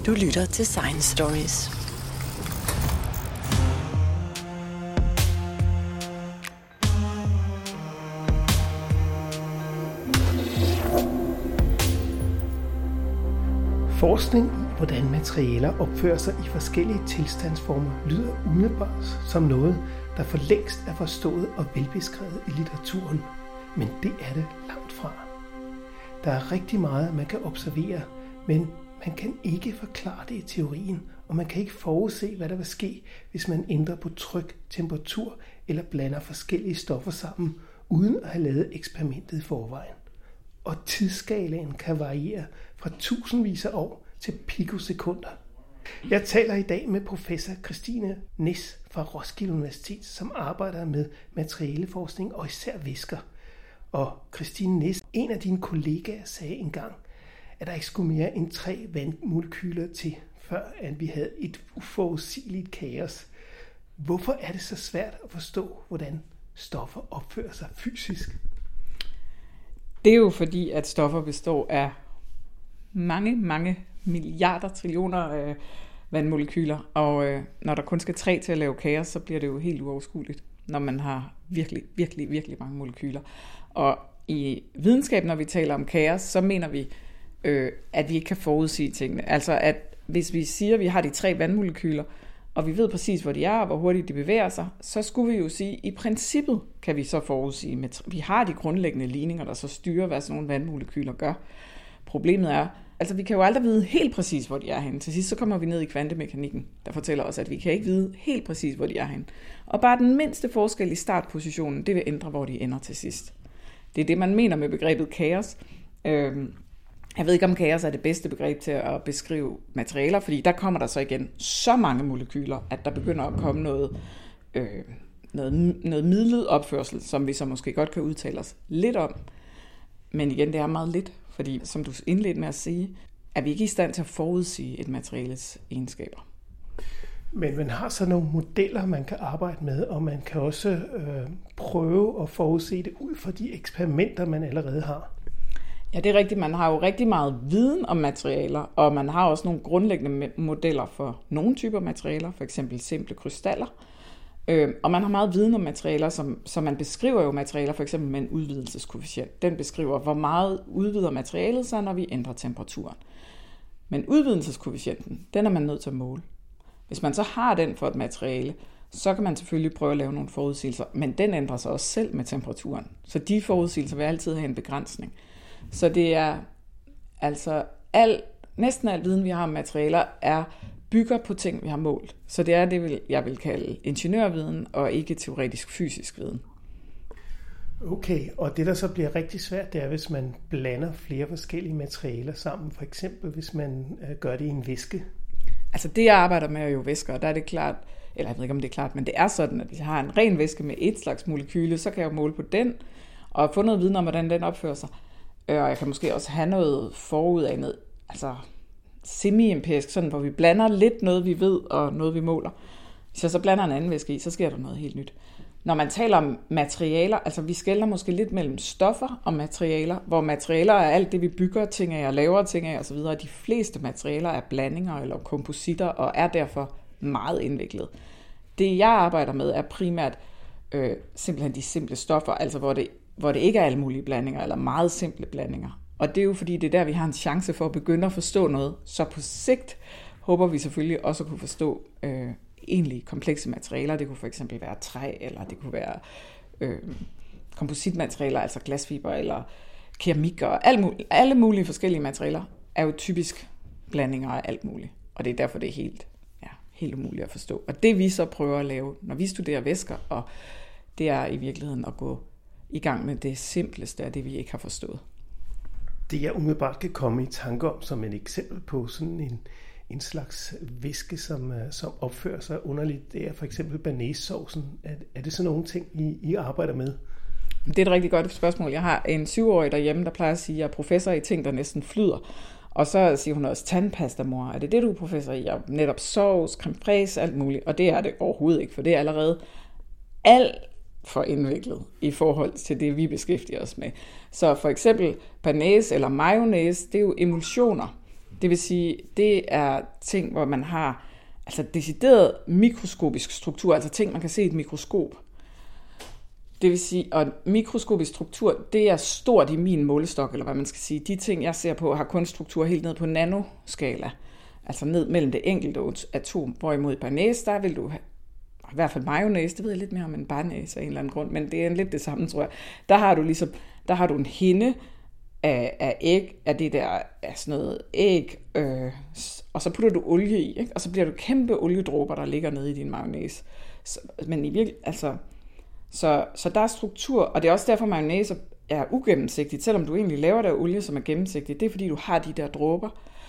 Du lytter til Science Stories. Forskning i, hvordan materialer opfører sig i forskellige tilstandsformer, lyder umiddelbart som noget, der for længst er forstået og velbeskrevet i litteraturen. Men det er det langt fra. Der er rigtig meget, man kan observere, men man kan ikke forklare det i teorien, og man kan ikke forudse, hvad der vil ske, hvis man ændrer på tryk, temperatur eller blander forskellige stoffer sammen, uden at have lavet eksperimentet i forvejen. Og tidsskalaen kan variere fra tusindvis af år til pikosekunder. Jeg taler i dag med professor Christine Næs fra Roskilde Universitet, som arbejder med materialeforskning og især væsker. Og Christine Næs, en af dine kollegaer, sagde engang, at der ikke skulle mere end 3 vandmolekyler til, før at vi havde et uforudsigeligt kaos. Hvorfor er det så svært at forstå, hvordan stoffer opfører sig fysisk? Det er jo fordi, at stoffer består af mange milliarder, trillioner vandmolekyler, og når der kun skal 3 til at lave kaos, så bliver det jo helt uoverskueligt, når man har virkelig mange molekyler. Og i videnskab, når vi taler om kaos, så mener vi, at vi ikke kan forudsige tingene. Altså at hvis vi siger, at vi har de 3 vandmolekyler, og vi ved præcis, hvor de er, og hvor hurtigt de bevæger sig, så skulle vi jo sige, at i princippet kan vi så forudsige. Vi har de grundlæggende ligninger, der så styrer, hvad sådan nogle vandmolekyler gør. Problemet er, altså vi kan jo aldrig vide helt præcis, hvor de er henne. Til sidst så kommer vi ned i kvantemekanikken, der fortæller os, at vi kan ikke vide helt præcis, hvor de er henne. Og bare den mindste forskel i startpositionen, det vil ændre, hvor de ender til sidst. Det er det, man mener med begrebet kaos. Jeg ved ikke, om kaos er det bedste begreb til at beskrive materialer, fordi der kommer der så igen så mange molekyler, at der begynder at komme noget midlet opførsel, som vi så måske godt kan udtale os lidt om. Men igen, det er meget lidt, fordi som du indledte med at sige, er vi ikke i stand til at forudsige et materiales egenskaber. Men man har så nogle modeller, man kan arbejde med, og man kan også prøve at forudse det ud fra de eksperimenter, man allerede har. Ja, det er rigtigt. Man har jo rigtig meget viden om materialer, og man har også nogle grundlæggende modeller for nogle typer materialer, for eksempel simple krystaller. Og man har meget viden om materialer, som man beskriver jo materialer, for eksempel med en udvidelseskoefficient. Den beskriver, hvor meget udvider materialet sig, når vi ændrer temperaturen. Men udvidelseskoefficienten, den er man nødt til at måle. Hvis man så har den for et materiale, så kan man selvfølgelig prøve at lave nogle forudsigelser, men den ændrer sig også selv med temperaturen. Så de forudsigelser vil altid have en begrænsning. Så det er altså næsten al viden, vi har om materialer, bygger på ting, vi har målt. Så det er det, jeg vil kalde ingeniørviden, og ikke teoretisk fysisk viden. Okay, og det der så bliver rigtig svært, det er, hvis man blander flere forskellige materialer sammen. For eksempel, hvis man gør det i en væske. Altså det, jeg arbejder med, er jo væsker, og der er det klart, eller jeg ved ikke, om det er klart, men det er sådan, at hvis jeg har en ren væske med et slags molekyle, så kan jeg jo måle på den, og få noget viden om, hvordan den opfører sig. Og jeg kan måske også have noget forud af noget, altså semi-empirisk, sådan, hvor vi blander lidt noget, vi ved, og noget, vi måler. Hvis jeg så blander en anden væske i, så sker der noget helt nyt. Når man taler om materialer, altså vi skelner måske lidt mellem stoffer og materialer, hvor materialer er alt det, vi bygger ting af og laver ting af osv. De fleste materialer er blandinger eller kompositter og er derfor meget indviklet. Det, jeg arbejder med, er primært simpelthen de simple stoffer, altså hvor det ikke er alle mulige blandinger eller meget simple blandinger. Og det er jo fordi, det er der, vi har en chance for at begynde at forstå noget. Så på sigt håber vi selvfølgelig også at kunne forstå egentlig komplekse materialer. Det kunne for eksempel være træ, eller det kunne være kompositmaterialer, altså glasfiber eller keramik og alle mulige forskellige materialer er jo typisk blandinger af alt muligt. Og det er derfor, det er helt umuligt at forstå. Og det vi så prøver at lave, når vi studerer væsker, og det er i virkeligheden at gå i gang med det simpleste af det, vi ikke har forstået. Det jeg umiddelbart kan komme i tanke om som et eksempel på sådan en slags væske, som opfører sig underligt, det er for eksempel banæssaucen. Er det sådan nogle ting, I arbejder med? Det er et rigtig godt spørgsmål. Jeg har en 7-årig derhjemme, der plejer at sige, at jeg er professor i ting, der næsten flyder. Og så siger hun også tandpasta, mor. Er det det, du er professor i? Ja, netop sovs, creme fraise, alt muligt. Og det er det overhovedet ikke, for det er allerede alt for indviklet i forhold til det, vi beskæftiger os med. Så for eksempel banæs eller mayonnaise, det er jo emulsioner. Det vil sige, det er ting, hvor man har altså decideret mikroskopisk struktur, altså ting, man kan se i et mikroskop. Det vil sige, at mikroskopisk struktur, det er stort i min målestok, eller hvad man skal sige. De ting, jeg ser på, har kun struktur helt ned på nanoskala, altså ned mellem det enkelte atom. Hvorimod i bearnaise, der vil du have, i hvert fald mayonnaise, det ved jeg lidt mere om en bearnaise af en eller anden grund, men det er lidt det samme, tror jeg. Der har du en hinde af æg, af det der, af sådan noget æg, og så putter du olie i, ikke? Og så bliver du kæmpe oliedråber, der ligger nede i din mayonnaise. Men i virkelig, altså, så der er struktur, og det er også derfor, mayonnaise er ugennemsigtigt, selvom du egentlig laver der olie, som er gennemsigtigt. Det er fordi, du har de der dråber,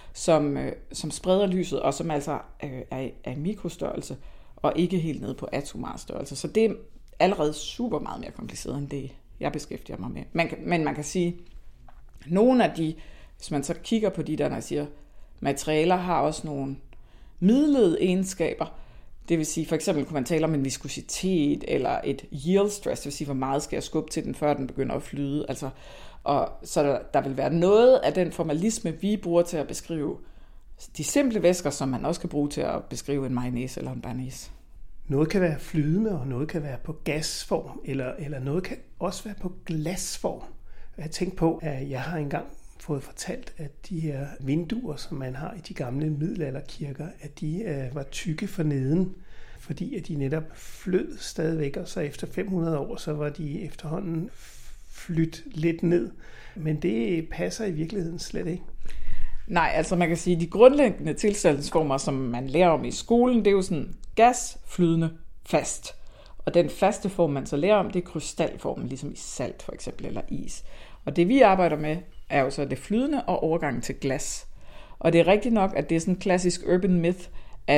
som spreder lyset, og som altså er i mikrostørrelse, og ikke helt nede på atomar størrelse. Så det er allerede super meget mere kompliceret, end det, jeg beskæftiger mig med. Men man kan sige, nogle af de, hvis man så kigger på de der, når jeg siger, materialer har også nogle midlede egenskaber. Det vil sige, for eksempel kunne man tale om en viskositet eller et yield stress, det vil sige, hvor meget skal jeg skubbe til den, før den begynder at flyde. Altså, og så der vil være noget af den formalisme, vi bruger til at beskrive de simple væsker, som man også kan bruge til at beskrive en mayonnaise eller en bearnaise. Noget kan være flydende, og noget kan være på gasform, eller noget kan også være på glasform. Jeg tænkte på, at jeg har engang fået fortalt, at de her vinduer, som man har i de gamle middelalderkirker, at de var tykke for neden, fordi at de netop flød stadigvæk, og så efter 500 år, så var de efterhånden flydt lidt ned. Men det passer i virkeligheden slet ikke. Nej, altså man kan sige, at de grundlæggende tilsætningsformer, som man lærer om i skolen, det er jo sådan gas, flydende, fast. Og den faste form, man så lærer om, det er krystalformen, ligesom i salt for eksempel, eller is. Og det vi arbejder med, er jo så det flydende og overgangen til glas. Og det er rigtigt nok, at det er sådan en klassisk urban myth,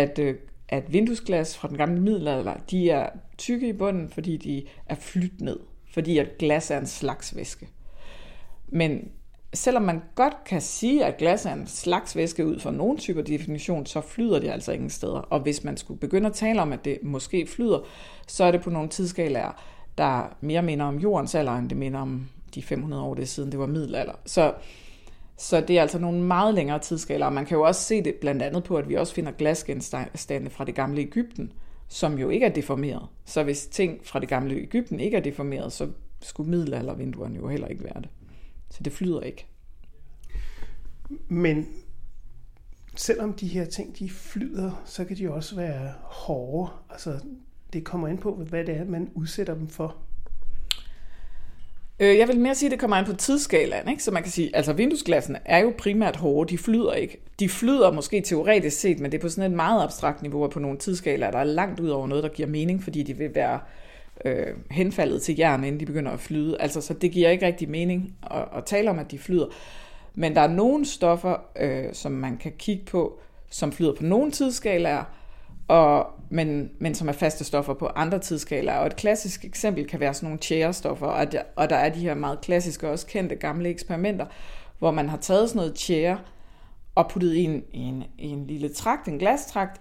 at vinduesglas fra den gamle middelalder, de er tykke i bunden, fordi de er flydt ned. Fordi at glas er en slags væske. Men selvom man godt kan sige, at glas er en slags væske ud fra nogle typer definition, så flyder det altså ingen steder. Og hvis man skulle begynde at tale om, at det måske flyder, så er det på nogle tidsskalaer, der mere minder om jordens alder, end det minder om de 500 år det siden, det var middelalder. Så det er altså nogle meget længere tidsskalaer, og man kan jo også se det blandt andet på, at vi også finder glasgenstande fra det gamle Egypten, som jo ikke er deformeret. Så hvis ting fra det gamle Egypten ikke er deformeret, så skulle middelaldervinduerne jo heller ikke være det. Så det flyder ikke. Men selvom de her ting, de flyder, så kan de også være hårde. Altså, det kommer ind på, hvad det er, man udsætter dem for. Jeg vil mere sige, at det kommer an på tidsskalaen, ikke? Så man kan sige, altså vinduesglassene er jo primært hårde, de flyder ikke. De flyder måske teoretisk set, men det er på sådan et meget abstrakt niveau, og på nogle tidsskalaer, der er langt ud over noget, der giver mening, fordi de vil være henfaldet til jern, inden de begynder at flyde. Altså, så det giver ikke rigtig mening at tale om, at de flyder. Men der er nogle stoffer, som man kan kigge på, som flyder på nogle tidsskalaer, men som er faste stoffer på andre tidsskalaer. Og et klassisk eksempel kan være sådan nogle tjærestoffer, og der er de her meget klassiske og også kendte gamle eksperimenter, hvor man har taget sådan noget tjære og puttet i en lille trakt, en glastrakt,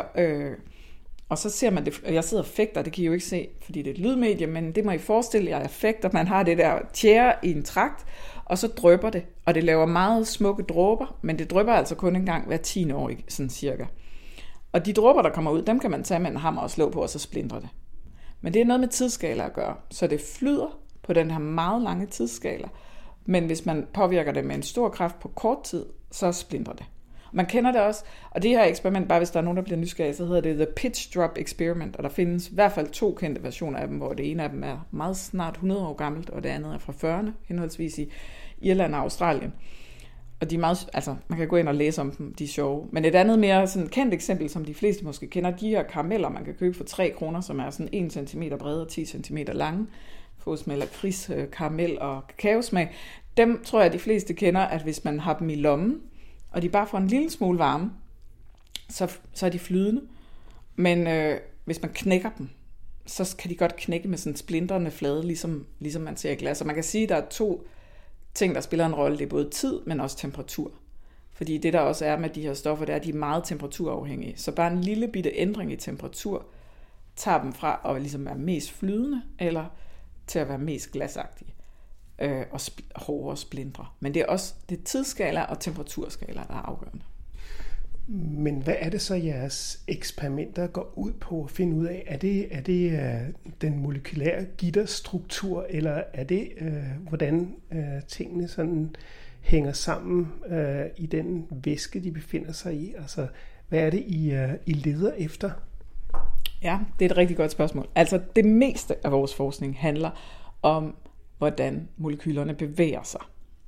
og så ser man det, jeg sidder og fægter, det kan I jo ikke se, fordi det er et lydmedie, men det må I forestille jer, at fægter, man har det der tjære i en trakt, og så drypper det, og det laver meget smukke dråber, men det drypper altså kun en gang hver 10 år, sådan cirka. Og de dråber, der kommer ud, dem kan man tage med en hammer og slå på, og så splintrer det. Men det er noget med tidsskala at gøre, så det flyder på den her meget lange tidsskala, men hvis man påvirker det med en stor kraft på kort tid, så splintrer det. Man kender det også, og det her eksperiment, bare hvis der er nogen, der bliver nysgerrige, så hedder det The Pitch Drop Experiment, og der findes i hvert fald 2 kendte versioner af dem, hvor det ene af dem er meget snart 100 år gammelt, og det andet er fra 40'erne, henholdsvis i Irland og Australien. Og de er meget, altså man kan gå ind og læse om dem, de er sjove. Men et andet mere sådan kendt eksempel, som de fleste måske kender, de her karameller, man kan købe for 3 kroner, som er sådan 1 cm brede og 10 cm lange, fås med lakrids, karamel og kakaosmag. Dem tror jeg, de fleste kender, at hvis man har dem i lommen, og de bare får en lille smule varme, så er de flydende. Men hvis man knækker dem, så kan de godt knække med sådan splinterne flade, ligesom man ser i glas. Og man kan sige, at der er 2 ting, der spiller en rolle. Det er både tid, men også temperatur. Fordi det, der også er med de her stoffer, det er, at de er meget temperaturafhængige. Så bare en lille bitte ændring i temperatur tager dem fra at ligesom være mest flydende, eller til at være mest glasagtige. og hårdere splindre. Men det er også det tidsskala og temperaturskala, der er afgørende. Men hvad er det så, jeres eksperimenter går ud på at finde ud af? Er det den molekylære gitterstruktur, eller er det, hvordan tingene sådan hænger sammen i den væske, de befinder sig i? Altså, hvad er det, I leder efter? Ja, det er et rigtig godt spørgsmål. Altså, det meste af vores forskning handler om, hvordan molekylerne bevæger sig.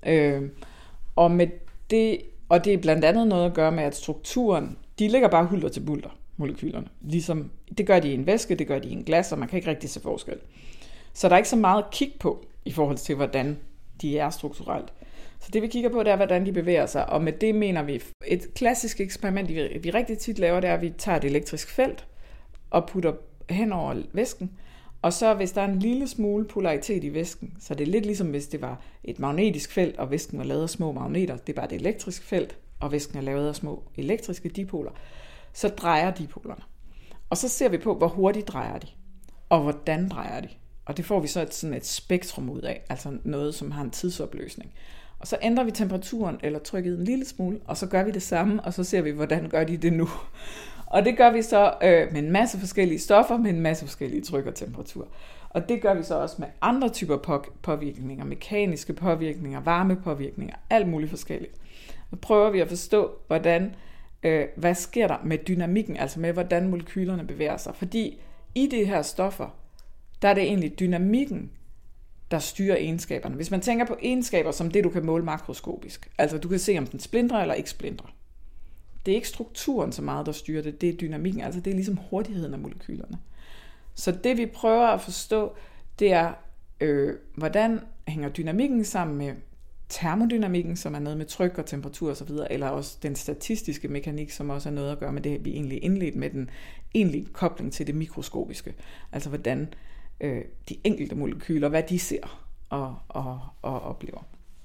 Og det er blandt andet noget at gøre med, at strukturen, de ligger bare hulter til bulter, molekylerne. Ligesom, det gør de i en væske, det gør de i en glas, og man kan ikke rigtig se forskel. Så der er ikke så meget at kigge på, i forhold til, hvordan de er strukturelt. Så det vi kigger på, det er, hvordan de bevæger sig, og med det mener vi, et klassisk eksperiment, vi rigtig tit laver, det er, at vi tager et elektrisk felt og putter hen over væsken, og så hvis der er en lille smule polaritet i væsken, så det er lidt ligesom hvis det var et magnetisk felt, og væsken var lavet af små magneter, det er bare et elektrisk felt, og væsken er lavet af små elektriske dipoler, så drejer dipolerne. Og så ser vi på, hvor hurtigt drejer de, og hvordan drejer de. Og det får vi så sådan et spektrum ud af, altså noget, som har en tidsopløsning. Og så ændrer vi temperaturen eller trykket en lille smule, og så gør vi det samme, og så ser vi, hvordan gør de det nu. Og det gør vi så med en masse forskellige stoffer, med en masse forskellige tryk og temperatur. Og det gør vi så også med andre typer påvirkninger, mekaniske påvirkninger, varmepåvirkninger, alt muligt forskelligt. Så prøver vi at forstå, hvad sker der med dynamikken, altså med, hvordan molekylerne bevæger sig. Fordi i de her stoffer, der er det egentlig dynamikken, der styrer egenskaberne. Hvis man tænker på egenskaber som det, du kan måle makroskopisk, altså du kan se, om den splindrer eller ikke splindrer. Det er ikke strukturen så meget, der styrer det, det er dynamikken, altså det er ligesom hurtigheden af molekylerne. Så det vi prøver at forstå, det er, hvordan hænger dynamikken sammen med termodynamikken, som er noget med tryk og temperatur osv., eller også den statistiske mekanik, som også har noget at gøre med det, vi egentlig indledte med den egentlige kobling til det mikroskopiske. Altså hvordan de enkelte molekyler, hvad de ser og oplever.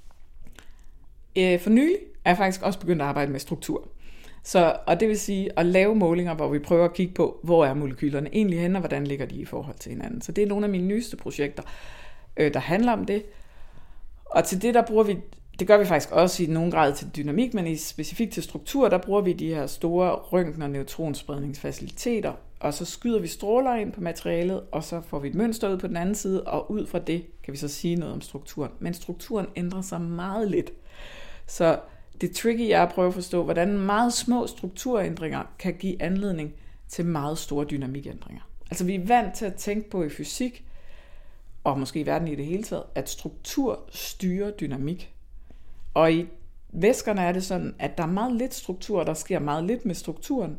For nylig er jeg faktisk også begyndt at arbejde med struktur. Og det vil sige at lave målinger, hvor vi prøver at kigge på, hvor er molekylerne egentlig henne, og hvordan ligger de i forhold til hinanden. Så det er nogle af mine nyeste projekter, der handler om det. Og til det, der bruger vi, det gør vi faktisk også i nogen grad til dynamik, men specifikt til struktur, der bruger vi de her store røntgen- og neutronspredningsfaciliteter, og så skyder vi stråler ind på materialet, og så får vi et mønster ud på den anden side, og ud fra det kan vi så sige noget om strukturen. Men strukturen ændrer sig meget lidt. Så det tricky er at prøve at forstå, hvordan meget små strukturændringer kan give anledning til meget store dynamikændringer. Altså vi er vant til at tænke på i fysik, og måske i verden i det hele taget, at struktur styrer dynamik. Og i væskerne er det sådan, at der er meget lidt struktur, der sker meget lidt med strukturen,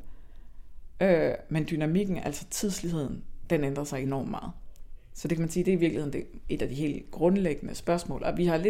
men dynamikken, altså tidsligheden, den ændrer sig enormt meget. Så det kan man sige, det er i virkeligheden et af de helt grundlæggende spørgsmål. Og vi har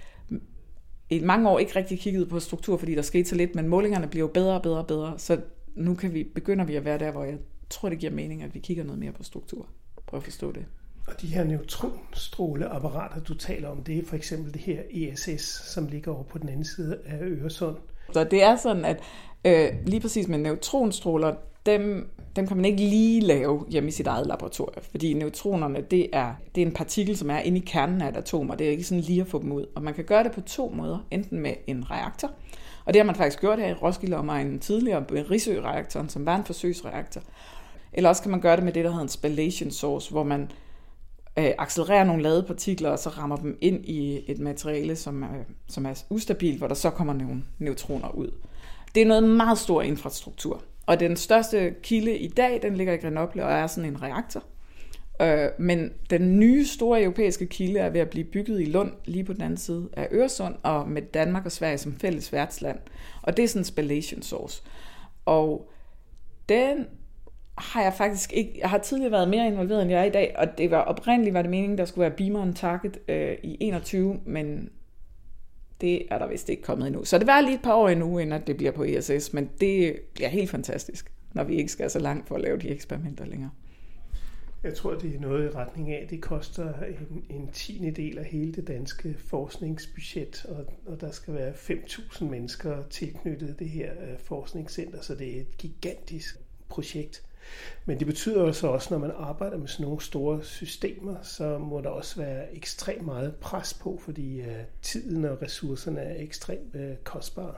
i mange år ikke rigtig kigget på struktur, fordi der skete så lidt, men målingerne bliver jo bedre og bedre og bedre, så nu begynder vi at være der, hvor jeg tror, det giver mening, at vi kigger noget mere på struktur. Prøv at forstå det. Og de her neutronstråleapparater, du taler om, det er for eksempel det her ESS, som ligger over på den anden side af Øresund. Så det er sådan, at lige præcis med neutronstråler, dem kan man ikke lige lave hjemme i sit eget laboratorium, fordi neutronerne, det er en partikel, som er inde i kernen af et atom, og det er ikke sådan lige at få dem ud. Og man kan gøre det på 2 måder, enten med en reaktor, og det har man faktisk gjort her i Roskilde omegnen tidligere med Risø-reaktoren, som var en forsøgsreaktor. Eller også kan man gøre det med det, der hedder en spallation source, hvor man accelererer nogle ladede partikler, og så rammer dem ind i et materiale, som er ustabilt, hvor der så kommer nogle neutroner ud. Det er noget meget stor infrastruktur. Og den største kilde i dag, den ligger i Grenoble og er sådan en reaktor. Men den nye store europæiske kilde er ved at blive bygget i Lund, lige på den anden side af Øresund, og med Danmark og Sverige som fælles værtsland. Og det er sådan en spallation source. Og den har jeg faktisk ikke. Jeg har tidligere været mere involveret, end jeg er i dag, og det var oprindeligt var det meningen, der skulle være beamer on target i 21, men det er der vist ikke kommet endnu. Så det var lige et par år endnu, inden det bliver på ESS, men det bliver helt fantastisk, når vi ikke skal så langt for at lave de eksperimenter længere. Jeg tror, det er noget i retning af, det koster en 10. af hele det danske forskningsbudget, og der skal være 5.000 mennesker tilknyttet det her forskningscenter, så det er et gigantisk projekt. Men det betyder jo så også, når man arbejder med sådan nogle store systemer, så må der også være ekstremt meget pres på, fordi tiden og ressourcerne er ekstremt kostbare.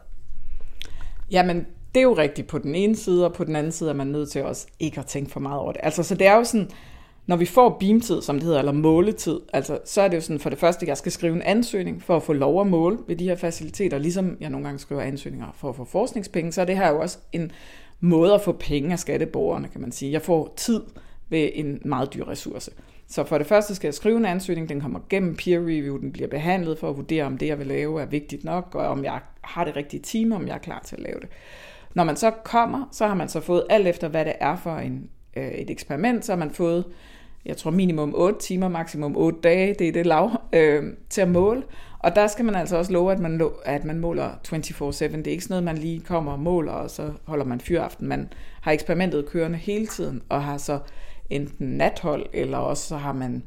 Jamen, det er jo rigtigt på den ene side, og på den anden side er man nødt til også ikke at tænke for meget over det. Altså, så det er jo sådan, når vi får beamtid, som det hedder, eller måletid, altså, så er det jo sådan, for det første, jeg skal skrive en ansøgning for at få lov at måle ved de her faciliteter, ligesom jeg nogle gange skriver ansøgninger for at få forskningspenge, så er det her jo også en måde at få penge af skatteborgerne, kan man sige. Jeg får tid ved en meget dyr ressource. Så for det første skal jeg skrive en ansøgning, den kommer gennem peer review, den bliver behandlet for at vurdere, om det, jeg vil lave, er vigtigt nok, og om jeg har det rigtige team, om jeg er klar til at lave det. Når man så kommer, så har man så fået alt efter, hvad det er for et eksperiment, så har man fået, jeg tror minimum 8 timer, maksimum 8 dage, det er det lav, til at måle. Og der skal man altså også love, at man måler 24/7. Det er ikke sådan noget, man lige kommer og måler, og så holder man fyraften. Man har eksperimentet kørende hele tiden, og har så enten nathold, eller også så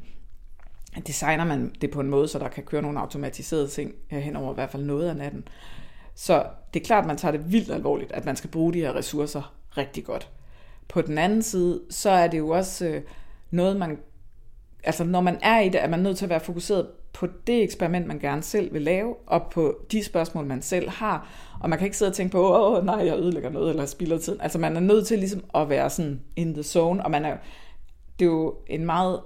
designer man det på en måde, så der kan køre nogle automatiserede ting hen over i hvert fald noget af natten. Så det er klart, at man tager det vildt alvorligt, at man skal bruge de her ressourcer rigtig godt. På den anden side, så er det jo også noget, altså når man er i det, er man nødt til at være fokuseret på det eksperiment, man gerne selv vil lave, og på de spørgsmål, man selv har. Og man kan ikke sidde og tænke på, nej, jeg ødelægger noget, eller spilder tiden. Altså man er nødt til ligesom at være sådan in the zone, og det er jo en meget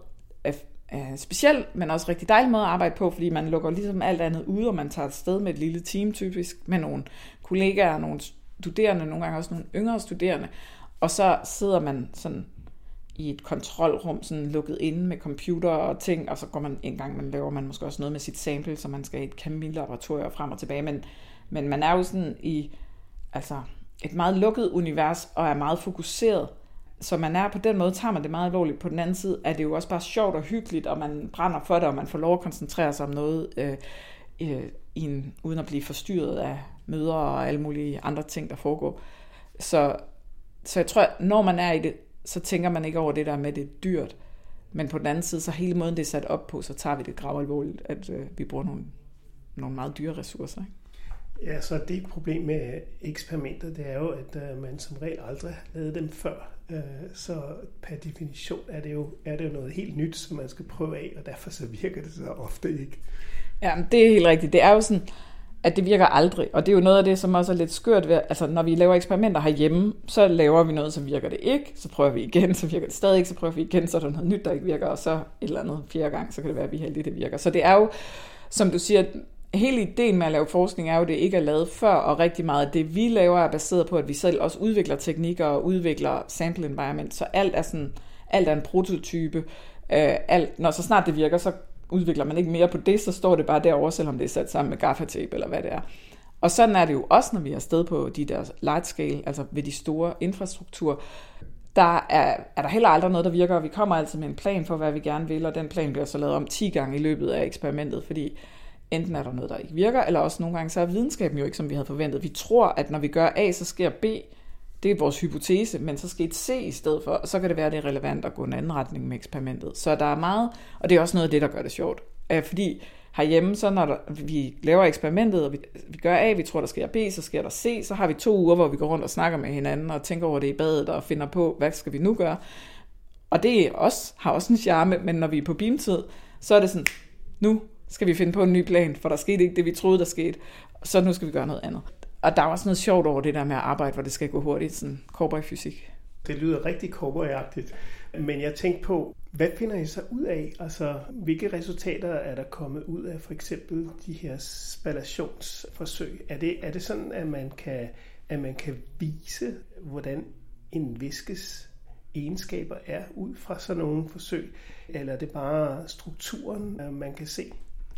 speciel, men også rigtig dejlig måde at arbejde på, fordi man lukker ligesom alt andet ud, og man tager et sted med et lille team, typisk med nogle kollegaer, nogle studerende, nogle gange også nogle yngre studerende, og så sidder man sådan i et kontrolrum, sådan lukket inde med computer og ting, og så går man en gang, man laver man måske også noget med sit sample, så man skal i et kemilaboratorium frem og tilbage, men man er jo sådan i altså et meget lukket univers, og er meget fokuseret, så man er på den måde, tager man det meget alvorligt. På den anden side er det jo også bare sjovt og hyggeligt, og man brænder for det, og man får lov at koncentrere sig om noget, uden at blive forstyrret af møder og alle mulige andre ting, der foregår. Så jeg tror, når man er i det, så tænker man ikke over det der med, det er dyrt. Men på den anden side, så hele måden det er sat op på, så tager vi det gravalvorligt, at vi bruger nogle meget dyre ressourcer. Ikke? Ja, så det problem med eksperimenter, det er jo, at man som regel aldrig har lavet dem før. Så per definition er det jo noget helt nyt, som man skal prøve af, og derfor så virker det så ofte ikke. Ja, det er helt rigtigt. Det er jo sådan, at det virker aldrig, og det er jo noget af det, som også er lidt skørt ved, altså når vi laver eksperimenter herhjemme, så laver vi noget, så virker det ikke, så prøver vi igen, så virker det stadig ikke, så prøver vi igen, så er der noget nyt, der ikke virker, og så et eller andet fjerde gang, så kan det være, at vi er heldige, det virker. Så det er jo, som du siger, hele ideen med at lave forskning er jo, det ikke er lavet før, og rigtig meget af det, vi laver, er baseret på, at vi selv også udvikler teknikker og udvikler sample environment, så alt er en prototype. Når så snart det virker, så udvikler man ikke mere på det, så står det bare derovre, selvom det er sat sammen med gaffatape eller hvad det er. Og sådan er det jo også, når vi er afsted på de der large scale, altså ved de store infrastrukturer. Der er der heller aldrig noget, der virker, og vi kommer altid med en plan for, hvad vi gerne vil, og den plan bliver så lavet om 10 gange i løbet af eksperimentet, fordi enten er der noget, der ikke virker, eller også nogle gange så er videnskaben jo ikke, som vi havde forventet. Vi tror, at når vi gør A, så sker B. Det er vores hypotese, men så sker et C i stedet for, og så kan det være, at det er relevant at gå en anden retning med eksperimentet. Så der er meget, og det er også noget af det, der gør det sjovt. Fordi herhjemme, så når vi laver eksperimentet, og vi gør A, vi tror, der sker B, så sker der C, så har vi 2 uger, hvor vi går rundt og snakker med hinanden, og tænker over det i badet, og finder på, hvad skal vi nu gøre. Og det har også en charme, men når vi er på beamtid, så er det sådan, nu skal vi finde på en ny plan, for der skete ikke det, vi troede, der skete, så nu skal vi gøre noget andet. Og der er også noget sjovt over det der med at arbejde, hvor det skal gå hurtigt, sådan cowboy-fysik. Det lyder rigtig cowboy-agtigt, men jeg tænkte på, hvad finder I så ud af? Altså, hvilke resultater er der kommet ud af for eksempel de her spallationsforsøg? Er det sådan, at man kan vise, hvordan en væskes egenskaber er ud fra sådan nogle forsøg? Eller er det bare strukturen, man kan se?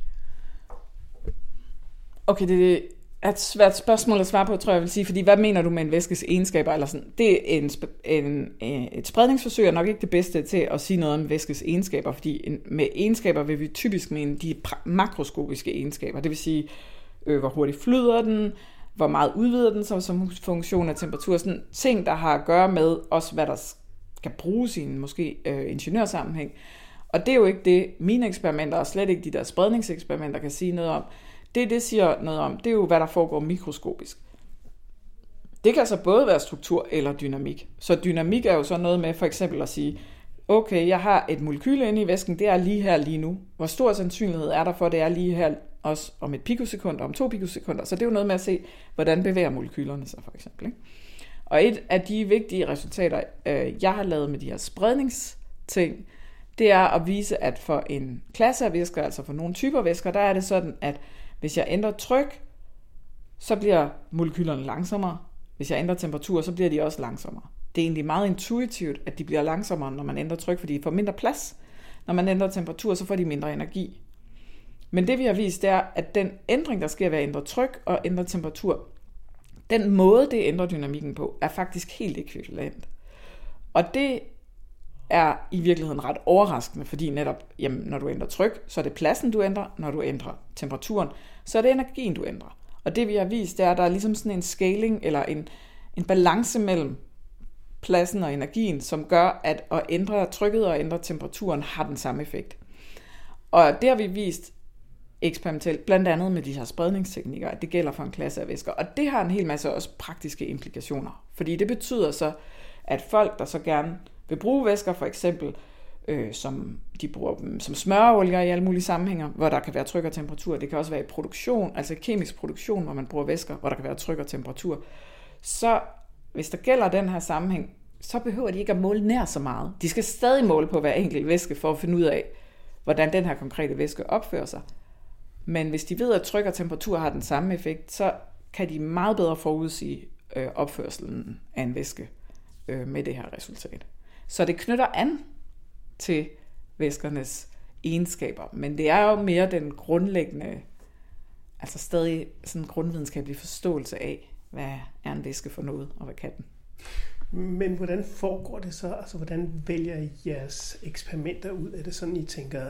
Okay, det er et svært spørgsmål at svare på, tror jeg vil sige, fordi hvad mener du med en væskes egenskaber? Eller sådan? Det er et spredningsforsøg er nok ikke det bedste til at sige noget om væskes egenskaber, fordi med egenskaber vil vi typisk mene de makroskopiske egenskaber, det vil sige, hvor hurtigt flyder den, hvor meget udvider den som funktion af temperatur, sådan ting, der har at gøre med også, hvad der skal bruges i en måske ingeniørsammenhæng. Og det er jo ikke det, mine eksperimenter, og slet ikke de der spredningseksperimenter, kan sige noget om. Det siger noget om, det er jo, hvad der foregår mikroskopisk. Det kan så både være struktur eller dynamik. Så dynamik er jo så noget med for eksempel at sige, okay, jeg har et molekyle inde i væsken, det er lige her lige nu. Hvor stor sandsynlighed er der for, at det er lige her også om 1 pikosekund, om 2 pikosekunder. Så det er jo noget med at se, hvordan bevæger molekylerne sig for eksempel. Ikke? Og et af de vigtige resultater, jeg har lavet med de her spredningsting, det er at vise, at for en klasse af væsker, altså for nogle typer væsker, der er det sådan, at hvis jeg ændrer tryk, så bliver molekylerne langsommere. Hvis jeg ændrer temperatur, så bliver de også langsommere. Det er egentlig meget intuitivt, at de bliver langsommere, når man ændrer tryk, fordi de får mindre plads. Når man ændrer temperatur, så får de mindre energi. Men det vi har vist, det er, at den ændring, der sker ved at ændre tryk og ændre temperatur, den måde, det ændrer dynamikken på, er faktisk helt ekvivalent. Og det er i virkeligheden ret overraskende, fordi netop, jamen, når du ændrer tryk, så er det pladsen, du ændrer. Når du ændrer temperaturen, så er det energien, du ændrer. Og det vi har vist, det er, at der er ligesom sådan en scaling, eller en balance mellem pladsen og energien, som gør, at ændre trykket og ændre temperaturen har den samme effekt. Og det har vi vist eksperimentelt, blandt andet med de her spredningsteknikker, at det gælder for en klasse af væsker. Og det har en hel masse også praktiske implikationer. Fordi det betyder så, at folk, der så gerne vil bruge væsker, for eksempel, som de bruger dem som smøreolier i alle mulige sammenhænge, hvor der kan være tryk og temperatur. Det kan også være i produktion, altså kemisk produktion, hvor man bruger væsker, hvor der kan være tryk og temperatur. Så hvis der gælder den her sammenhæng, så behøver de ikke at måle nær så meget. De skal stadig måle på hver enkelt væske for at finde ud af, hvordan den her konkrete væske opfører sig. Men hvis de ved, at tryk og temperatur har den samme effekt, så kan de meget bedre forudsige opførselen af en væske med det her resultat. Så det knytter an til væskernes egenskaber, men det er jo mere den grundlæggende, altså stadig sådan en grundvidenskabelig forståelse af, hvad er en væske for noget, og hvad kan den. Men hvordan foregår det så? Altså, hvordan vælger I jeres eksperimenter ud? Er det sådan, I tænker,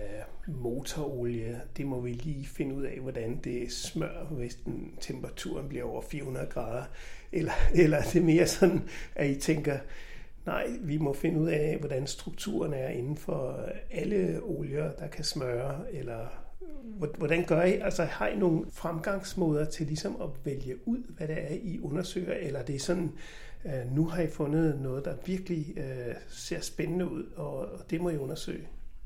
motorolie, det må vi lige finde ud af, hvordan det smører, hvis temperaturen bliver over 400 grader? Eller er det mere sådan, at I tænker, nej, vi må finde ud af, hvordan strukturen er inden for alle olier, der kan smøre? Eller hvordan gør I? Altså, har I nogle fremgangsmåder til ligesom at vælge ud, hvad det er, I undersøger? Eller det er sådan, nu har I fundet noget, der virkelig ser spændende ud, og det må I undersøge?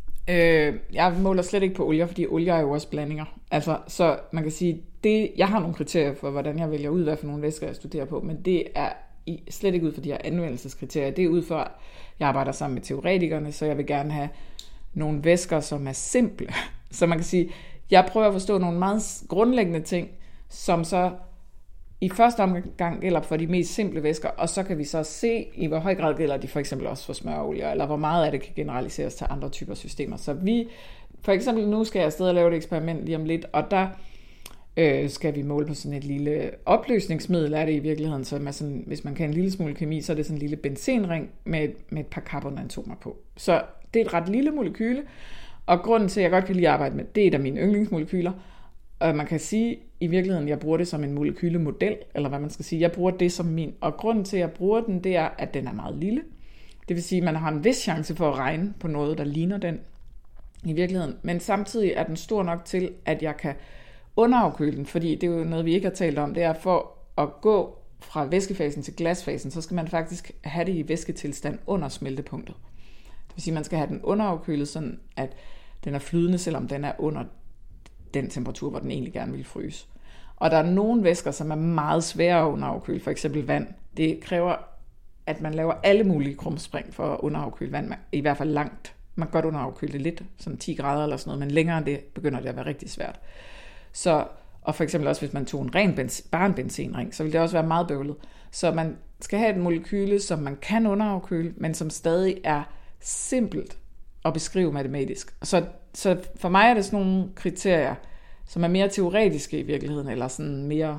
Jeg måler slet ikke på olier, fordi olier er jo også blandinger. Altså, så man kan sige, jeg har nogle kriterier for, hvordan jeg vælger ud, hvad for nogle væsker jeg studerer på, men det er slet ikke ud for de her anvendelseskriterier. Det er ud for, at jeg arbejder sammen med teoretikerne, så jeg vil gerne have nogle væsker, som er simple. Så man kan sige, jeg prøver at forstå nogle meget grundlæggende ting, som så i første omgang gælder for de mest simple væsker, og så kan vi så se, i hvor høj grad gælder de for eksempel også for smøreolier, eller hvor meget af det kan generaliseres til andre typer systemer. Så for eksempel nu skal jeg afsted og lave et eksperiment lige om lidt, og der skal vi måle på sådan et lille opløsningsmiddel, er det i virkeligheden. Så sådan, hvis man kan en lille smule kemi, så er det sådan en lille benzenring med et par carbonatomer på. Så det er et ret lille molekyle, og grunden til, at jeg godt kan lide at arbejde med, det er et af mine yndlingsmolekyler. Og man kan sige, i virkeligheden, jeg bruger det som en molekylemodel, eller hvad man skal sige. Jeg bruger det som min, og grunden til, at jeg bruger den, det er, at den er meget lille. Det vil sige, at man har en vis chance for at regne på noget, der ligner den i virkeligheden. Men samtidig er den stor nok til, at jeg kan underafkøle den, fordi det er jo noget, vi ikke har talt om. Det er for at gå fra væskefasen til glasfasen, så skal man faktisk have det i væsketilstand under smeltepunktet. Det vil sige, at man skal have den underafkølet, sådan at den er flydende, selvom den er under den temperatur, hvor den egentlig gerne vil fryse. Og der er nogle væsker, som er meget svære at underafkøle, for eksempel vand. Det kræver, at man laver alle mulige krumspring for at underafkøle vand, i hvert fald langt. Man kan godt underafkøle det lidt, sådan 10 grader eller sådan noget, men længere end det begynder det at være rigtig svært. Så, og for eksempel også, hvis man tog bare en benzenring, så vil det også være meget bøvlet. Så man skal have et molekyle, som man kan underafkøle, men som stadig er simpelt at beskrive matematisk. Så for mig er det sådan nogle kriterier, som er mere teoretiske i virkeligheden, eller sådan mere,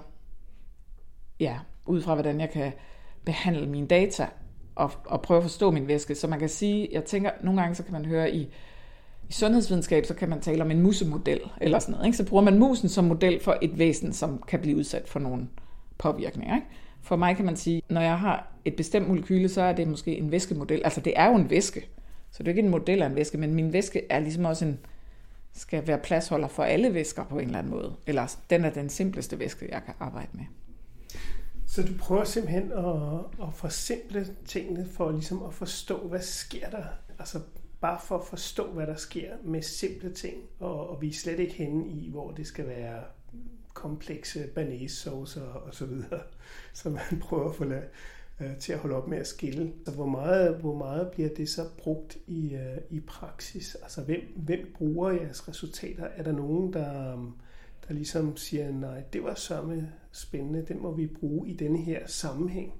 ud fra hvordan jeg kan behandle mine data, og prøve at forstå min væske. Så man kan sige, jeg tænker, nogle gange så kan man høre i sundhedsvidenskab, så kan man tale om en musemodel, eller sådan noget, ikke? Så bruger man musen som model for et væsen, som kan blive udsat for nogle påvirkninger, ikke? For mig kan man sige, når jeg har et bestemt molekyle, så er det måske en væskemodel. Altså det er jo en væske, så det er ikke en model af en væske, men min væske er ligesom også skal være pladsholder for alle væsker på en eller anden måde. Eller den er den simpleste væske, jeg kan arbejde med. Så du prøver simpelthen at forsimple tingene for ligesom at forstå, hvad sker der? Altså bare for at forstå, hvad der sker med simple ting, og vi er slet ikke henne i, hvor det skal være komplekse banæssaucer og så videre, så man prøver at få til at holde op med at skille. Så hvor meget bliver det så brugt i praksis? Altså hvem bruger jeres resultater? Er der nogen, der ligesom siger, nej, det var sørme spændende, den må vi bruge i denne her sammenhæng?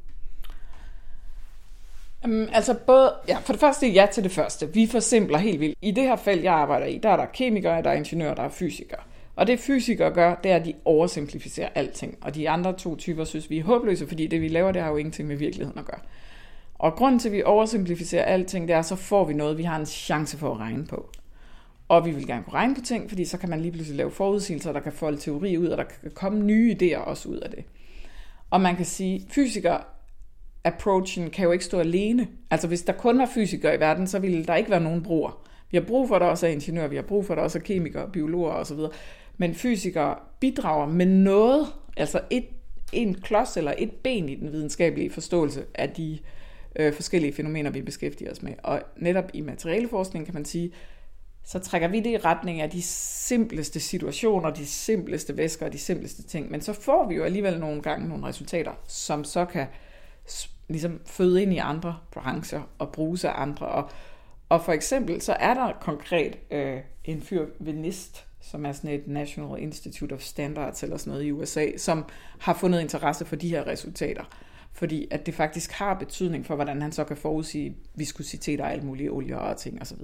Altså både, for det første ja til det første. Vi forsimpler helt vildt. I det her felt, jeg arbejder i, der er der kemikere, der er ingeniører, der er fysikere. Og det fysikere gør, det er, at de oversimplificerer alting. Og de andre to typer synes, vi er håbløse, fordi det vi laver, det har jo ingenting med virkeligheden at gøre. Og grunden til, at vi oversimplificerer alting, det er, så får vi noget, vi har en chance for at regne på. Og vi vil gerne kunne regne på ting, fordi så kan man lige pludselig lave forudsigelser, der kan folde teori ud, og der kan komme nye idéer også ud af det. Og man kan sige, fysiker-approachen kan jo ikke stå alene. Altså hvis der kun var fysikere i verden, så ville der ikke være nogen brugere. Vi har brug for, at der også er ingeniører, vi har brug for, at der også er kemikere, biologer osv. Men fysikere bidrager med noget, altså en klods eller et ben i den videnskabelige forståelse af de forskellige fænomener, vi beskæftiger os med. Og netop i materialeforskning kan man sige, så trækker vi det i retning af de simpleste situationer, de simpleste væsker og de simpleste ting. Men så får vi jo alligevel nogle gange nogle resultater, som så kan ligesom føde ind i andre brancher og bruges af andre. Og for eksempel så er der konkret en fyr ved NIST, som er sådan et National Institute of Standards eller sådan noget i USA, som har fundet interesse for de her resultater. Fordi at det faktisk har betydning for, hvordan han så kan forudsige viskositeter og alle mulige olier og ting osv.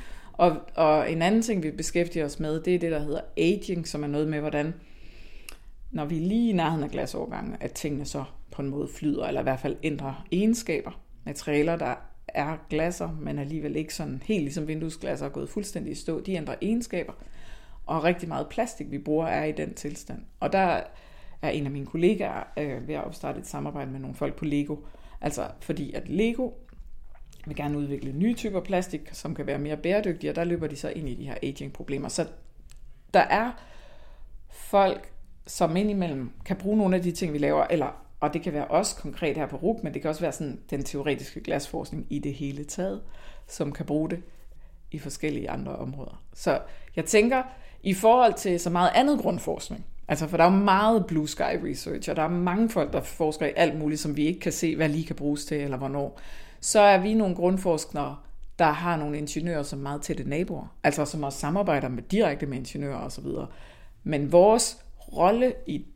Og en anden ting, vi beskæftiger os med, det er det, der hedder aging, som er noget med, hvordan, når vi er lige i nærheden af glasovergangen, at tingene så på en måde flyder, eller i hvert fald ændrer egenskaber. Materialer, der er glasser, men alligevel ikke sådan helt ligesom vinduesglasser er gået fuldstændig i stå, de ændrer egenskaber. Og rigtig meget plastik, vi bruger, er i den tilstand. Og der er en af mine kollegaer ved at opstarte et samarbejde med nogle folk på Lego. Altså fordi at Lego vil gerne udvikle nye typer plastik, som kan være mere bæredygtige, og der løber de så ind i de her aging-problemer. Så der er folk, som indimellem kan bruge nogle af de ting, vi laver, og det kan være også konkret her på RUC, men det kan også være sådan den teoretiske glasforskning i det hele taget, som kan bruge det i forskellige andre områder. Så jeg tænker, i forhold til så meget andet grundforskning, altså for der er jo meget blue sky research, og der er mange folk, der forsker i alt muligt, som vi ikke kan se, hvad lige kan bruges til, eller hvornår, så er vi nogle grundforskere, der har nogle ingeniører, som er meget tætte naboer, altså som også samarbejder direkte med ingeniører osv. Men vores rolle i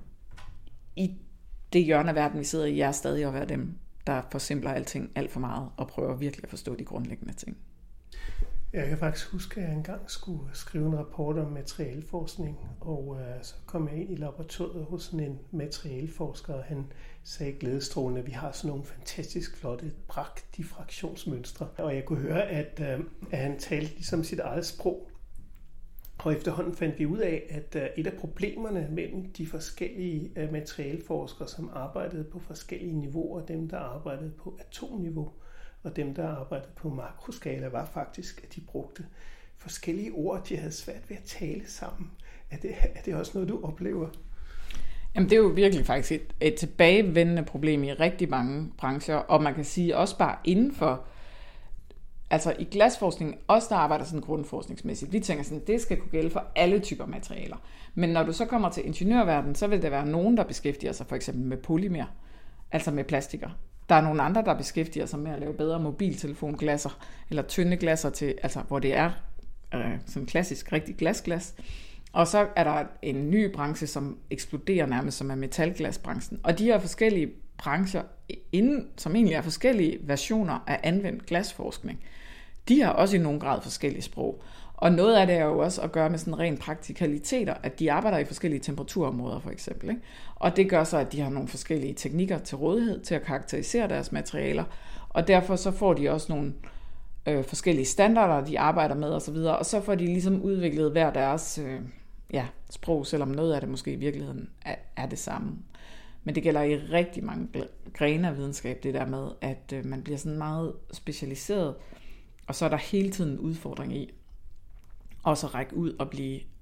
det hjørne af verden, vi sidder i, er stadig at være dem, der forsimpler alting alt for meget, og prøver virkelig at forstå de grundlæggende ting. Jeg kan faktisk huske, at jeg engang skulle skrive en rapport om materialeforskning, og så kom jeg ind i laboratoriet hos sådan en materialeforsker, og han sagde glædestrålende, at vi har sådan nogle fantastisk flotte Bragg-diffraktionsmønstre. Og jeg kunne høre, at han talte ligesom sit eget sprog. Og efterhånden fandt vi ud af, at et af problemerne mellem de forskellige materialeforskere, som arbejdede på forskellige niveauer, dem der arbejdede på atomniveau, og dem, der arbejdede på makroskala, var faktisk, at de brugte forskellige ord, de havde svært ved at tale sammen. Er det også noget, du oplever? Jamen, det er jo virkelig faktisk et tilbagevendende problem i rigtig mange brancher, og man kan sige også bare inden for, altså i glasforskning, også der arbejder sådan grundforskningsmæssigt, vi tænker sådan, det skal kunne gælde for alle typer materialer. Men når du så kommer til ingeniørverdenen, så vil der være nogen, der beskæftiger sig for eksempel med polymer, altså med plastikker. Der er nogle andre, der beskæftiger sig med at lave bedre mobiltelefonglasser, eller tynde glasser til, altså hvor det er sådan klassisk rigtig glas. Og så er der en ny branche, som eksploderer nærmest, som er metalglasbranchen. Og de her forskellige brancher, som egentlig er forskellige versioner af anvendt glasforskning, de har også i nogen grad forskellige sprog. Og noget af det er jo også at gøre med sådan ren praktikaliteter, at de arbejder i forskellige temperaturområder for eksempel. Ikke? Og det gør så, at de har nogle forskellige teknikker til rådighed til at karakterisere deres materialer. Og derfor så får de også nogle forskellige standarder, de arbejder med osv. Og så får de ligesom udviklet hver deres sprog, selvom noget af det måske i virkeligheden er det samme. Men det gælder i rigtig mange grene af videnskab, det der med, at man bliver sådan meget specialiseret, og så er der hele tiden en udfordring i også at række ud og blive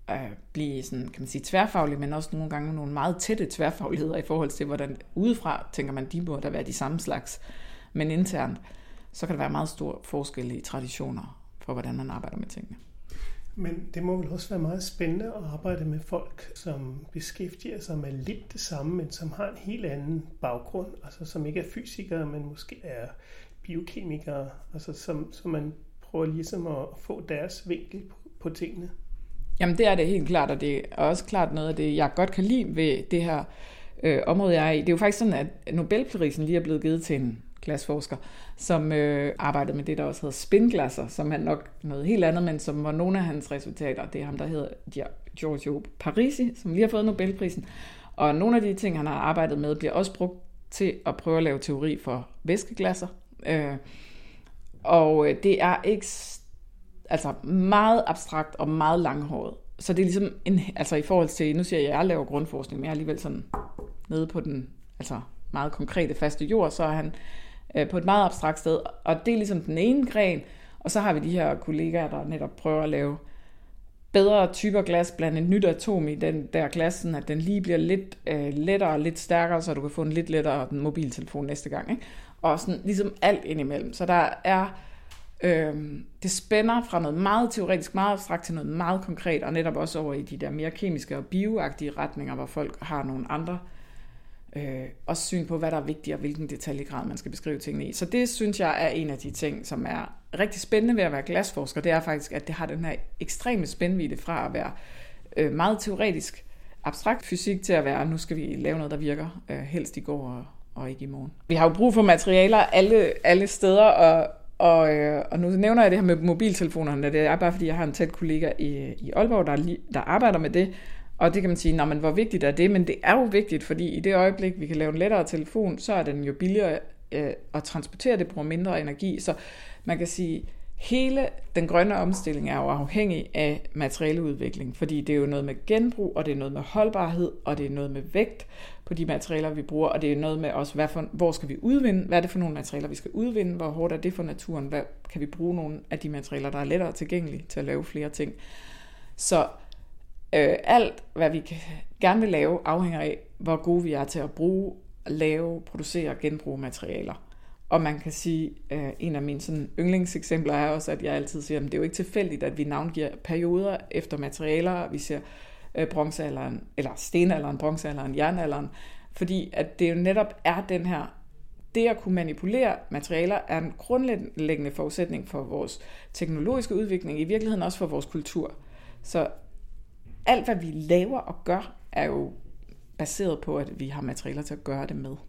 blive sådan, kan man sige, tværfaglige, men også nogle gange nogle meget tætte tværfagligheder i forhold til, hvordan udefra tænker man, de må der være de samme slags, men internt, så kan der være meget stor forskel i traditioner for, hvordan man arbejder med tingene. Men det må vel også være meget spændende at arbejde med folk, som beskæftiger sig med lidt det samme, men som har en helt anden baggrund, altså som ikke er fysikere, men måske er biokemikere, altså som man prøver ligesom at få deres vinkel på tingene. Jamen det er det helt klart, og det er også klart noget af det, jeg godt kan lide ved det her område, jeg er i. Det er jo faktisk sådan, at Nobelprisen lige er blevet givet til en glasforsker, som arbejdede med det, der også hedder spinglasser, som er nok noget helt andet, men som var nogle af hans resultater. Det er ham, der hedder Giorgio Parisi, som lige har fået Nobelprisen. Og nogle af de ting, han har arbejdet med, bliver også brugt til at prøve at lave teori for væskeglasser. Og det er ikke meget abstrakt og meget langhåret. Så det er ligesom, i forhold til, nu siger jeg laver grundforskning, men jeg er alligevel sådan nede på den meget konkrete faste jord, så er han på et meget abstrakt sted. Og det er ligesom den ene gren, og så har vi de her kollegaer, der netop prøver at lave bedre typer glas, blandt et nyt atom i den der glas, sådan at den lige bliver lidt lettere og lidt stærkere, så du kan få en lidt lettere mobiltelefon næste gang. Ikke? Og sådan ligesom alt indimellem. Så der er det spænder fra noget meget teoretisk, meget abstrakt til noget meget konkret, og netop også over i de der mere kemiske og bioagtige retninger, hvor folk har nogle andre også syn på, hvad der er vigtigt, og hvilken detaljegrad man skal beskrive tingene i. Så det synes jeg er en af de ting, som er rigtig spændende ved at være glasforsker. Det er faktisk, at det har den her ekstreme spændvidde fra at være meget teoretisk, abstrakt fysik til at være, nu skal vi lave noget, der virker helst i går og ikke i morgen. Vi har jo brug for materialer alle steder, og nu nævner jeg det her med mobiltelefonerne. Det er bare fordi, jeg har en tæt kollega i Aalborg, der arbejder med det. Og det kan man sige, men hvor vigtigt er det? Men det er jo vigtigt, fordi i det øjeblik, vi kan lave en lettere telefon, så er den jo billigere at transportere, det bruger mindre energi. Så man kan sige, hele den grønne omstilling er jo afhængig af materialeudvikling, fordi det er jo noget med genbrug, og det er noget med holdbarhed, og det er noget med vægt på de materialer, vi bruger, og det er noget med også, hvor skal vi udvinde, hvad er det for nogle materialer, vi skal udvinde, hvor hårdt er det for naturen, hvad kan vi bruge nogle af de materialer, der er lettere tilgængelige til at lave flere ting. Så alt, hvad vi gerne vil lave, afhænger af, hvor gode vi er til at bruge, lave, producere og genbruge materialer. Og man kan sige, en af mine sådan yndlingseksempler er også, at jeg altid siger, at det er jo ikke tilfældigt, at vi navngiver perioder efter materialer. Vi ser bronzealderen, eller stenalderen, bronzealderen, jernalderen, fordi at det jo netop er den her, det at kunne manipulere materialer er en grundlæggende forudsætning for vores teknologiske udvikling, i virkeligheden også for vores kultur. Så alt, hvad vi laver og gør, er jo baseret på, at vi har materialer til at gøre det med.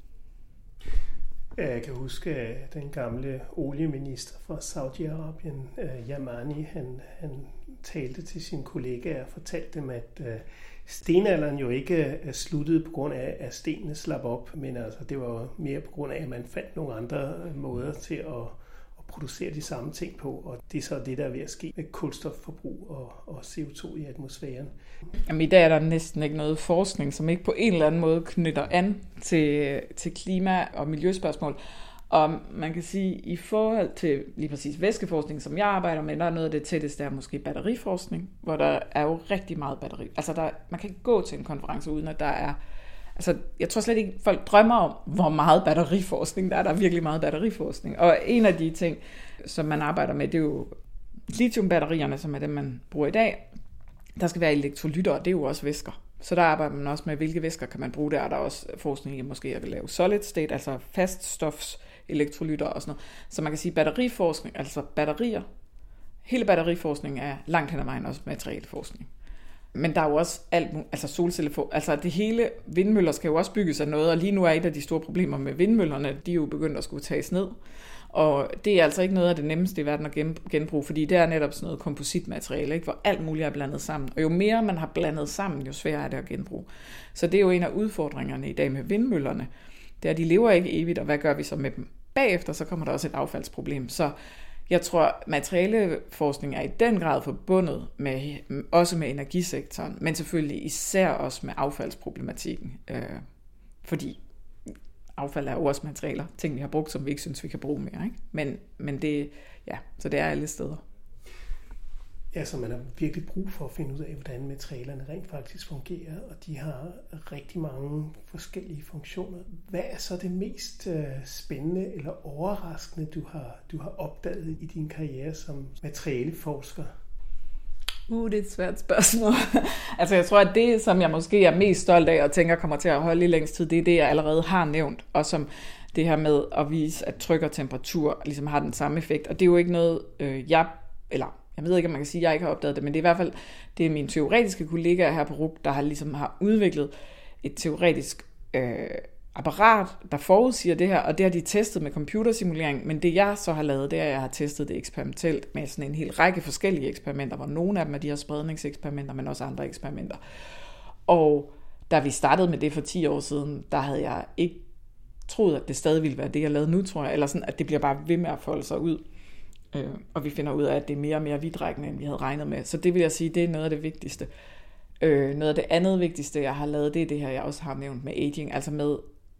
Jeg kan huske, at den gamle olieminister fra Saudi-Arabien, Yamani, han talte til sine kollegaer og fortalte dem, at stenalderen jo ikke sluttede på grund af, at stenene slap op, men altså, det var mere på grund af, at man fandt nogle andre måder til at producere de samme ting på, og det er så det, der er ved at ske med kulstofforbrug og CO2 i atmosfæren. Jamen, i dag er der næsten ikke noget forskning, som ikke på en eller anden måde knytter an til klima- og miljøspørgsmål. Og man kan sige, i forhold til lige præcis væskeforskning, som jeg arbejder med, der er noget af det tætteste, der er måske batteriforskning, hvor der er jo rigtig meget batteri. Altså, man kan ikke gå til en konference, uden at der er. Altså, jeg tror slet ikke, folk drømmer om, hvor meget batteriforskning der er. Der er virkelig meget batteriforskning. Og en af de ting, som man arbejder med, det er jo lithiumbatterierne, som er dem, man bruger i dag. Der skal være elektrolytter, og det er jo også væsker. Så der arbejder man også med, hvilke væsker kan man bruge der. Og der er også forskning i måske at lave solid state, altså faststofs elektrolytter og sådan noget. Så man kan sige batteriforskning, altså batterier. Hele batteriforskning er langt hen ad vejen også materialeforskning. Men der er jo også alt, altså solcellefor, altså det hele, vindmøller skal jo også bygges af noget, og lige nu er et af de store problemer med vindmøllerne, de er jo begyndt at skulle tages ned. Og det er altså ikke noget af det nemmeste i verden at genbruge, fordi det er netop sådan noget kompositmateriale, ikke, hvor alt muligt er blandet sammen. Og jo mere man har blandet sammen, jo sværere er det at genbruge. Så det er jo en af udfordringerne i dag med vindmøllerne. Det er, at de lever ikke evigt, og hvad gør vi så med dem? Bagefter så kommer der også et affaldsproblem. Så jeg tror, materialeforskning er i den grad forbundet med, også med energisektoren, men selvfølgelig især også med affaldsproblematikken. Fordi affald er jo også materialer, ting vi har brugt, som vi ikke synes, vi kan bruge mere. Ikke? Men det, ja, så det er alle steder. Altså man har virkelig brug for at finde ud af, hvordan materialerne rent faktisk fungerer, og de har rigtig mange forskellige funktioner. Hvad er så det mest spændende eller overraskende, du har opdaget i din karriere som materialeforsker? Det er et svært spørgsmål. Altså jeg tror, at det, som jeg måske er mest stolt af og tænker kommer til at holde i længst tid, det er det, jeg allerede har nævnt, og som det her med at vise, at tryk og temperatur ligesom har den samme effekt. Og det er jo ikke noget, jeg ved ikke, om man kan sige, at jeg ikke har opdaget det, men det er i hvert fald det er mine teoretiske kollegaer her på RUC, der har udviklet et teoretisk apparat, der forudsiger det her, og det har de testet med computersimulering, men det jeg så har lavet, det er, at jeg har testet det eksperimentelt med sådan en hel række forskellige eksperimenter, hvor nogle af dem er de her spredningseksperimenter, men også andre eksperimenter. Og da vi startede med det for 10 år siden, der havde jeg ikke troet, at det stadig ville være det, jeg lavede nu, tror jeg, eller sådan, at det bliver bare ved med at folde sig ud. Og vi finder ud af, at det er mere og mere vidtrækkende, end vi havde regnet med. Så det vil jeg sige, det er noget af det vigtigste. Noget af det andet vigtigste, jeg har lavet, det er det her, jeg også har nævnt med aging, altså med,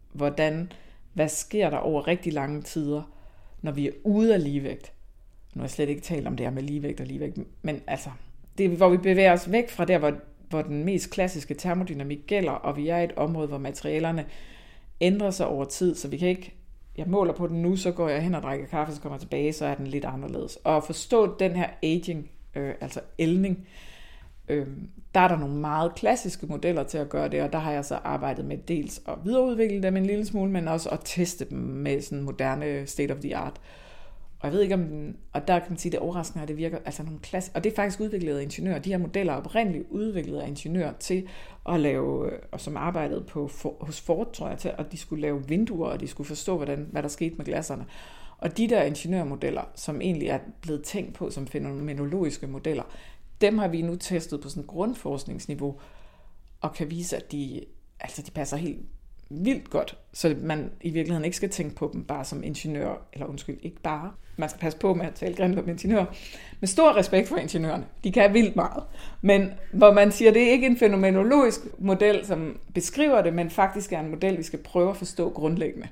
hvad sker der over rigtig lange tider, når vi er ude af ligevægt. Nu har jeg slet ikke talt om det her med ligevægt og ligevægt, men altså, det er, hvor vi bevæger os væk fra der, hvor den mest klassiske termodynamik gælder, og vi er i et område, hvor materialerne ændrer sig over tid, så vi kan ikke, jeg måler på den nu, så går jeg hen og drikker kaffe, så kommer jeg tilbage, så er den lidt anderledes. Og at forstå den her aging, altså ældning, der er der nogle meget klassiske modeller til at gøre det, og der har jeg så arbejdet med dels at videreudvikle dem en lille smule, men også at teste dem med sådan moderne state of the art. Og jeg ved ikke om den, og der kan man sige, det overraskende, at det virker, altså nogle og det er faktisk udviklet af ingeniører. De her modeller er oprindeligt udviklet af ingeniører til at lave, og som arbejdede hos Ford, tror jeg, til, at de skulle lave vinduer, og de skulle forstå, hvad der skete med glasserne. Og de der ingeniørmodeller, som egentlig er blevet tænkt på som fænomenologiske modeller, dem har vi nu testet på sådan et grundforskningsniveau, og kan vise, at de passer helt vildt godt, så man i virkeligheden ikke skal tænke på dem bare som ingeniør, eller undskyld, ikke bare. Man skal passe på med at tale grimt om ingeniører. Med stor respekt for ingeniørerne. De kan vildt meget. Men hvor man siger, det er ikke en fænomenologisk model, som beskriver det, men faktisk er en model, vi skal prøve at forstå grundlæggende.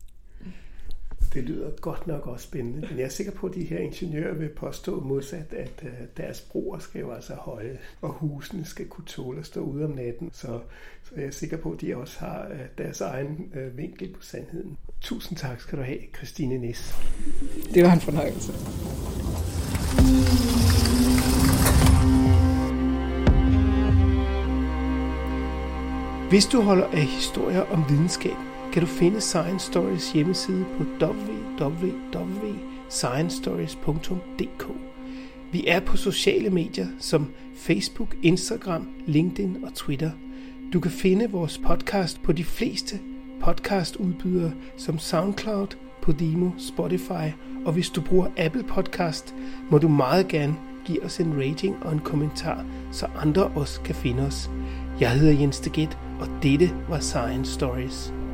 Det lyder godt nok også spændende, men jeg er sikker på, at de her ingeniører vil påstå modsat, at deres broer skal jo altså høje, og husene skal kunne tåle at stå ude om natten. Så jeg er sikker på, at de også har deres egen vinkel på sandheden. Tusind tak skal du have, Christine Næs. Det var en fornøjelse. Hvis du holder af historier om videnskab, kan du finde Science Stories hjemmeside på www.sciencestories.dk. Vi er på sociale medier som Facebook, Instagram, LinkedIn og Twitter. Du kan finde vores podcast på de fleste podcastudbydere som SoundCloud, Podimo, Spotify, og hvis du bruger Apple Podcast, må du meget gerne give os en rating og en kommentar, så andre også kan finde os. Jeg hedder Jens de Get, og dette var Science Stories.